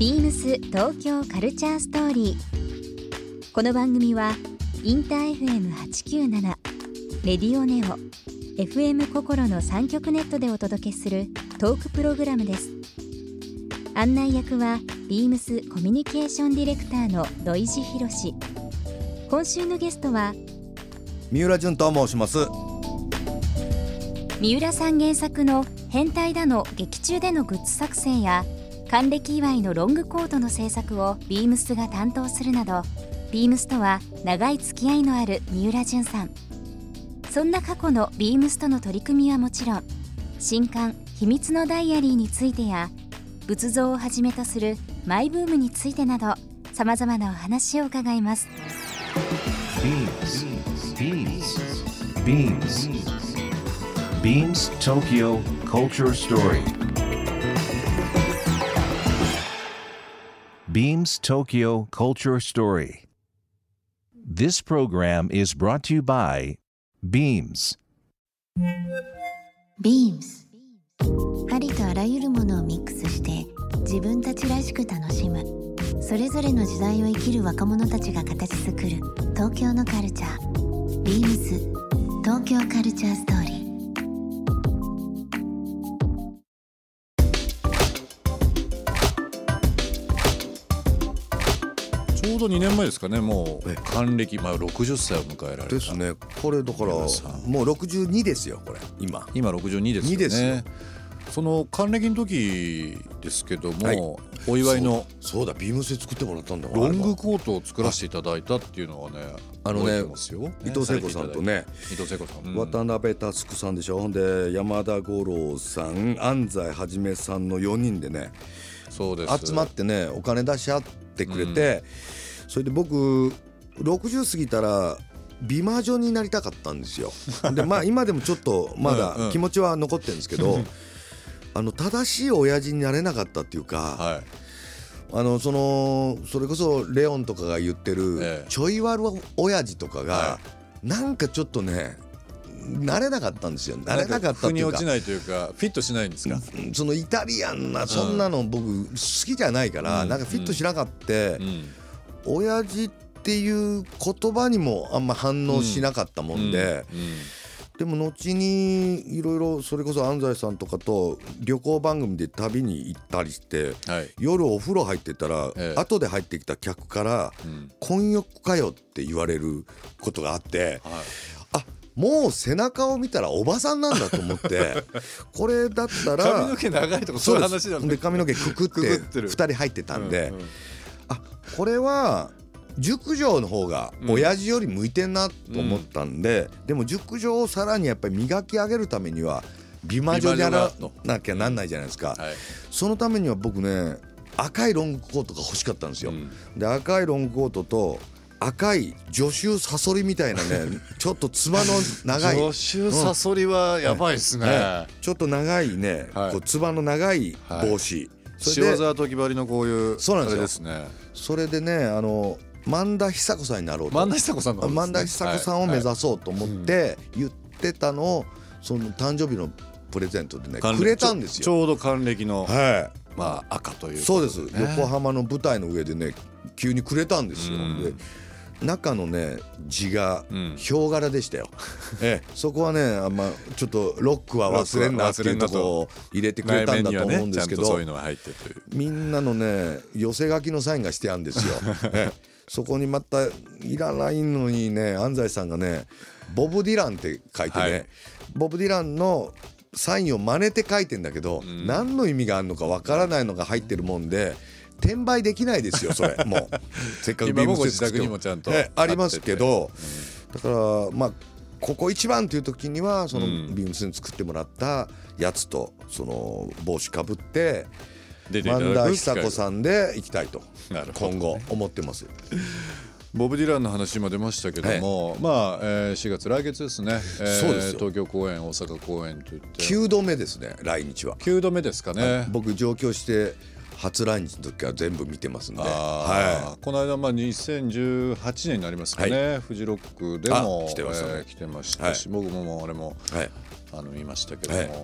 ビームス東京カルチャーストーリー。この番組はインター FM897 レディオネオ FM 心の3極ネットでお届けするトークプログラムです。案内役はビームスコミュニケーションディレクターの土井博志。今週のゲストは三浦淳と申します。 三浦さん原作の変態だの劇中でのグッズ作成や還暦祝いのロングコートの制作をビームスが担当するなど、ビームスとは長い付き合いのある三浦淳さん。そんな過去のビームスとの取り組みはもちろん、新刊秘密のダイアリーについてや仏像をはじめとするマイブームについてなど、さまざまなお話を伺います。 Beams Tokyo Culture Story. Beams Tokyo Culture Story. This program is brought to you by Beams. Beams ありとあらゆるものをミックスして自分たちらしく楽しむ、それぞれの時代を生きる若者たちが形作る東京のカルチャー。 Beams 東京カルチャーストーリー。 ちょうど2年前ですかね。もう還暦、60歳を迎えられたですね。これだからもう62ですよ。これ今 62ですよね。 2ですよ。 その還暦の時ですけども、 はい、 お祝いのそうだビームスで作ってもらったんだ。 ロングコートを作らせていただいたっていうのはね、覚えてますよ。 伊藤聖子さんとね、 伊藤聖子さん、 渡辺佑さんでしょ。ほんで山田五郎さん、安西はじめさんの4人でね、 そうです集まってね、お金出し合ってくれて、それで僕60過ぎたら美魔女になりたかったんですよ。で今でもちょっとまだ気持ちは残ってるんですけど正しい親父になれなかったっていうか、それこそレオンとかが言ってるちょい悪親父とかがなんかちょっとねなれなかったんですよ。なれなかったっていうか、 腑に落ちないというか、フィットしないんですか。 そのイタリアンなそんなの僕好きじゃないから、なんかフィットしなかった、親父っていう言葉にもあんま反応しなかったもんで、でも後にいろいろそれこそ安西さんとかと旅行番組で旅に行ったりして、夜お風呂入ってたら、後で入ってきた客から混浴かよって言われることがあって、もう背中を見たらおばさんなんだと思ってこれだったら髪の毛長いとかそういう話なんで髪の毛くくって2人入ってたんで、これは熟女の方が親父より向いてんなと思ったんで、でも熟女をさらにやっぱり磨き上げるためには美魔女じゃなきゃなんないじゃないですか。そのためには僕ね、赤いロングコートが欲しかったんですよ。で赤いロングコートと赤い女囚サソリみたいなねちょっとつばの長い女囚サソリはやばいですね、 ちょっと長いね、こうつばの長い帽子、 塩沢時針のこういうそうなんですよ。 あれですね。 それでね萬田久子さんになろうと、 萬田久子さんの、 萬田久子さんを目指そうと思って言ってたのを、その誕生日のプレゼントでねくれたんですよ。 ちょうど還暦の、赤という、 そうです。横浜の舞台の上でね急にくれたんですよ。で中のね字がヒョウ柄でしたよ。そこはねちょっとロックは忘れんなっていうとこを入れてくれたんだと思うんですけど、 そういうのが入ってという、 みんなのね寄せ書きのサインがしてあるんですよ。そこにまたいらないのにね、安西さんがねボブ・ディランって書いてね、ボブ・ディランのサインを真似て書いてんだけど、何の意味があるのかわからないのが入ってるもんで転売できないですよそれ。もうせっかくビームスで作っても今もご自宅にもちゃんとありますけど、だからここ一番という時にはそのビームスに作ってもらったやつとその帽子かぶって萬田久子さんで行きたいと今後思ってます。 ボブ・ディランの話も出ましたけども、4月来月ですね、 そうですよ。 東京公演大阪公演といって 9度目ですね。来日は 9度目ですかね。 僕上京して初来日の時は全部見てますんで、この間2018年になりますかね、フジロックでも来てましたし、僕もあれも見ましたけども、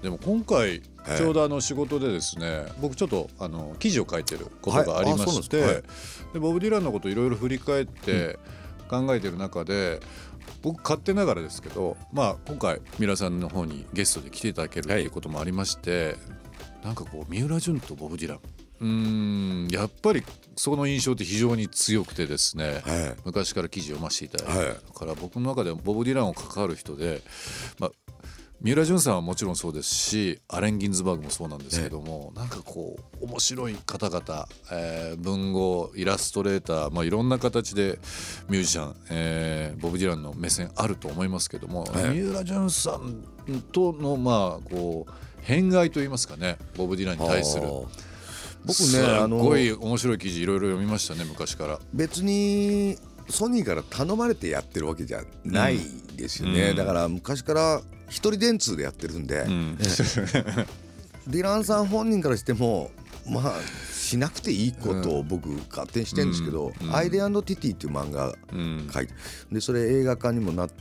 でも今回ちょうど仕事でですね、僕ちょっと記事を書いてることがありまして、でボブ・ディランのこといろいろ振り返って考えてる中で、僕勝手ながらですけど、今回三浦さんの方にゲストで来ていただけるということもありまして、なんかこう三浦淳とボブ・ディラン、やっぱりその印象って非常に強くてですね、昔から記事を読ませていただいて、だから僕の中ではボブ・ディランを関わる人で、三浦淳さんはもちろんそうですし、アレン・ギンズバーグもそうなんですけども、なんかこう面白い方々、文豪、イラストレーター、いろんな形でミュージシャン、ボブ・ディランの目線あると思いますけども、三浦淳さんとのこう偏愛といいますかね、ボブ・ディランに対する僕ね、すごい面白い記事いろいろ読みましたね、昔から。 別にソニーから頼まれてやってるわけじゃないですよね、だから昔から一人電通でやってるんで、ディランさん本人からしてもしなくていいことを僕勝手にしてるんですけど、アイデアンドティティっていう漫画書いて、でそれ映画化にもなって、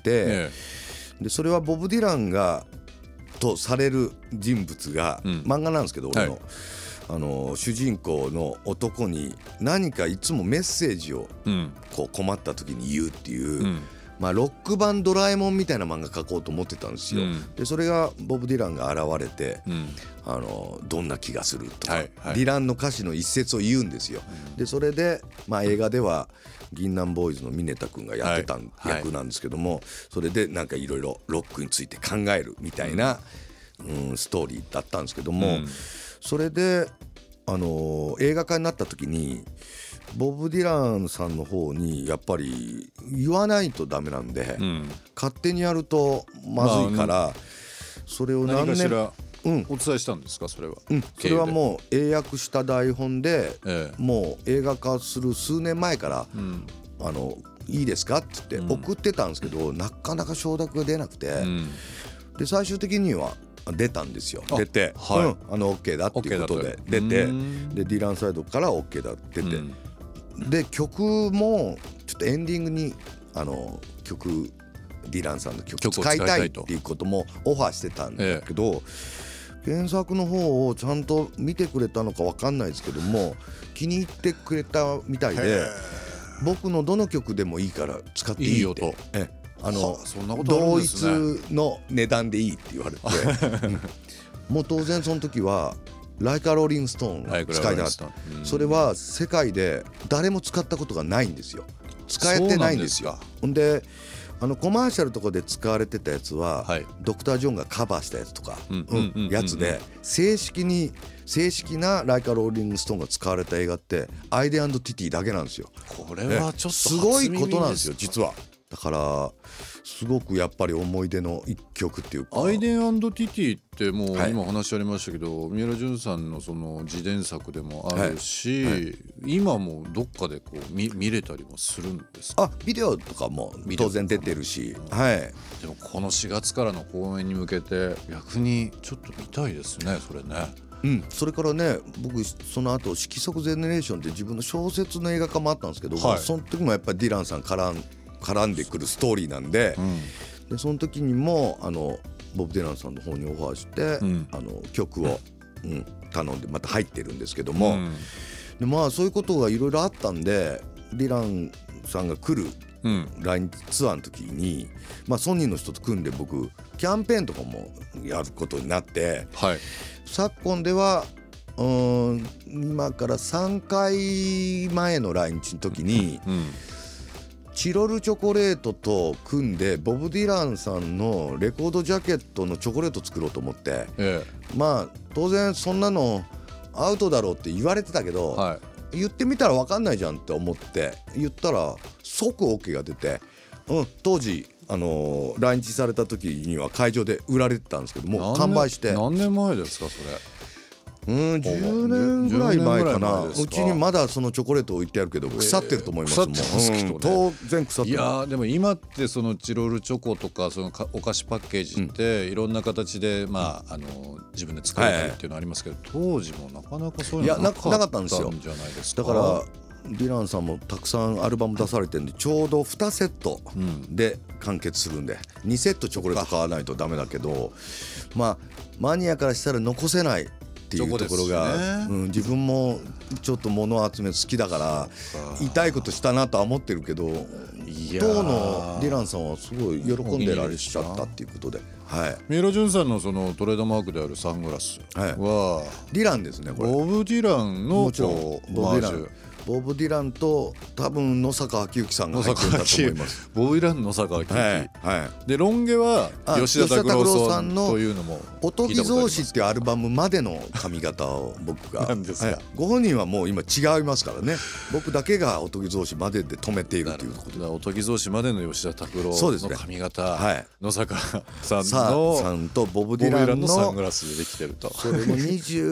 でそれはボブ・ディランがとされる人物が、漫画なんですけど、俺の主人公の男に何かいつもメッセージをこう困った時に言うっていう、ロック版ドラえもんみたいな漫画描こうと思ってたんですよ、でそれがボブ・ディランが現れて、どんな気がするとか、ディランの歌詞の一節を言うんですよ、でそれで、映画では銀杏ボーイズの峰田君がやってた役なんですけども、それでなんかいろいろロックについて考えるみたいな、ストーリーだったんですけども、それで映画化になった時にボブ・ディランさんの方にやっぱり言わないとダメなんで、勝手にやるとまずいから、それを何かしらお伝えしたんですか、それは。 それはもう英訳した台本で、もう映画化する数年前から、いいですかって言って送ってたんですけど、なかなか承諾が出なくて、で最終的には出たんですよ。出て、OK だっていうことで出て、でディランサイドから OK だって出て、で曲もちょっとエンディングに曲ディランさんの曲使いたいっていうこともオファーしてたんだけど、原作の方をちゃんと見てくれたのか分かんないですけども、気に入ってくれたみたいで、僕のどの曲でもいいから使っていいって、同一の値段でいいって言われてもう当然その時はライカローリングストーン使いたかった。それは世界で誰も使ったことがないんですよ。使えてないんですよ。ほんでコマーシャルとかで使われてたやつは、ドクター・ジョンがカバーしたやつとかやつで、正式なライカローリングストーンが使われた映画ってアイデアンドティティだけなんですよ。 これはちょっとすごいことなんですよ実は。だからすごくやっぱり思い出の一曲っていうか、 アイデアンドティティってもう今話ありましたけど、三浦淳さんのその自伝作でもあるし、今もどっかでこう 見れたりもするんですか？ ビデオとかも当然出てるし、 でもこの4月からの公演に向けて逆にちょっと見たいですね、それね。 それからね、僕その後色色ゼネレーションって自分の小説の映画化もあったんですけど、その時もやっぱりディランさん絡んでくるストーリーなんで、でその時にもボブ・ディランさんの方にオファーして、曲を、頼んでまた入ってるんですけども、でそういうことがいろいろあったんで、ディランさんが来る来日ツアーの時に、ソニーの人と組んで僕キャンペーンとかもやることになって、昨今では今から3回前の来日の時に、チロルチョコレートと組んでボブ・ディランさんのレコードジャケットのチョコレート作ろうと思って、当然そんなのアウトだろうって言われてたけど、言ってみたら分かんないじゃんって思って言ったら即 OK が出て、当時来日された時には会場で売られてたんですけども、完売して。 何年前ですかそれ ？10年ぐらい前かな。うちにまだそのチョコレート置いてあるけど腐ってると思いますもん。当然腐ってる。 いやでも今ってそのチロルチョコとかそのお菓子パッケージっていろんな形で自分で作れたりっていうのありますけど、当時もなかなかそういうのなかったんじゃないですか。 だからディランさんもたくさんアルバム出されてるんでちょうど2セットで完結するんで、2セットチョコレート買わないとダメだけど、まあマニアからしたら残せないっていうところが、自分もちょっと物集め好きだから痛いことしたなとは思ってるけど、当のディランさんはすごい喜んでられちゃったっていうことで、はい、 三浦淳さんのそのトレードマークであるサングラスは、 ディランですね。これボブ・ディランのもちろんボブ・ディランと多分野坂昭之さんが入ってるんだと思います。 ボブ・ディランの野坂昭之、 はいでロン毛は吉田拓郎さんというのもおとぎ草子っていうアルバムまでの髪型を僕がなんですか、 ご本人はもう今違いますからね。僕だけがおとぎ草子までで止めているということで、 おとぎ草子までの吉田拓郎の髪型、野坂さんとボブ・ディランのサングラスでできてると。 それも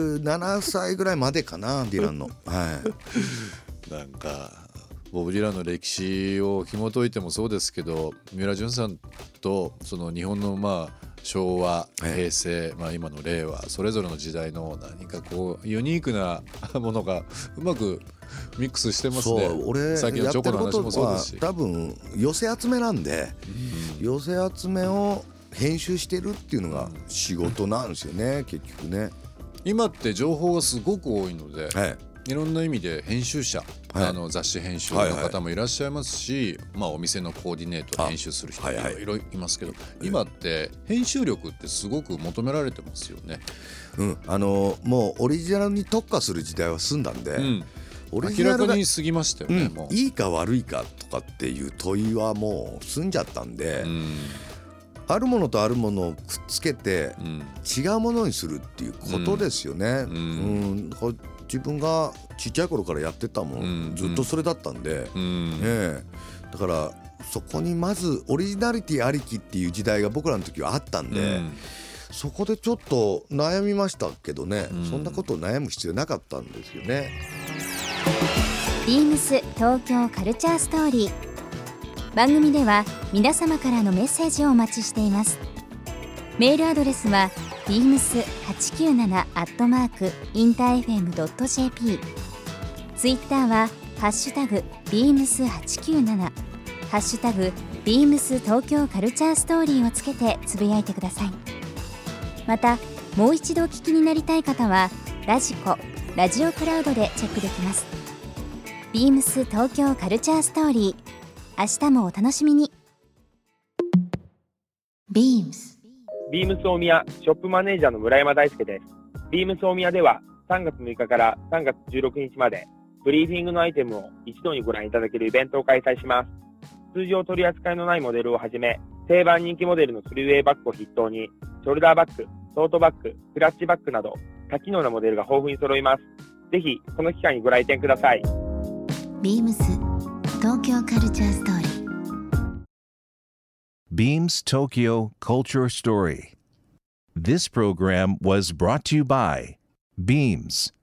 27歳ぐらいまでかなディランの、 なんかボブ・ディランの歴史を紐解いてもそうですけど、三浦淳さんとその日本の昭和、平成、今の令和、それぞれの時代の何かこうユニークなものがうまくミックスしてますね。 俺さっきのチョコの話もそうですし、 多分寄せ集めなんで、寄せ集めを編集してるっていうのが仕事なんですよね、結局ね。 今って情報がすごく多いので、いろんな意味で編集者、雑誌編集の方もいらっしゃいますし、お店のコーディネート編集する人もいろいろいますけど、今って編集力ってすごく求められてますよね。 もうオリジナルに特化する時代は済んだんで、オリジナルが明らかに過ぎましたよね。もういいか悪いかとかっていう問いはもう済んじゃったんで、あるものとあるものをくっつけて違うものにするっていうことですよね。自分がちっちゃい頃からやってたもん、ずっとそれだったんで、だからそこにまずオリジナリティありきっていう時代が僕らの時はあったんで、そこでちょっと悩みましたけどね、そんなことを悩む必要なかったんですよね。 ビームス東京カルチャーストーリー、番組では皆様からのメッセージをお待ちしています。メールアドレスはbeams897@interfm.jp、 ツイッターはハッシュタグ beams897、 ハッシュタグ beams 東京カルチャーストーリーをつけてつぶやいてください。またもう一度お聞きになりたい方はラジコ、ラジオクラウドでチェックできます。beams 東京カルチャーストーリー、明日もお楽しみに。 beams ビームス大宮ショップマネージャーの村山大輔です。ビームス大宮では3月6日から3月16日までブリーフィングのアイテムを一度にご覧いただけるイベントを開催します。通常取り扱いのないモデルをはじめ、定番人気モデルのスリーウェイバッグを筆頭にショルダーバッグ、トートバッグ、クラッチバッグなど多機能なモデルが豊富に揃います。ぜひこの機会にご来店ください。 ビームス東京カルチャーストーリー。 Beams Tokyo Culture Story. This program was brought to you by Beams.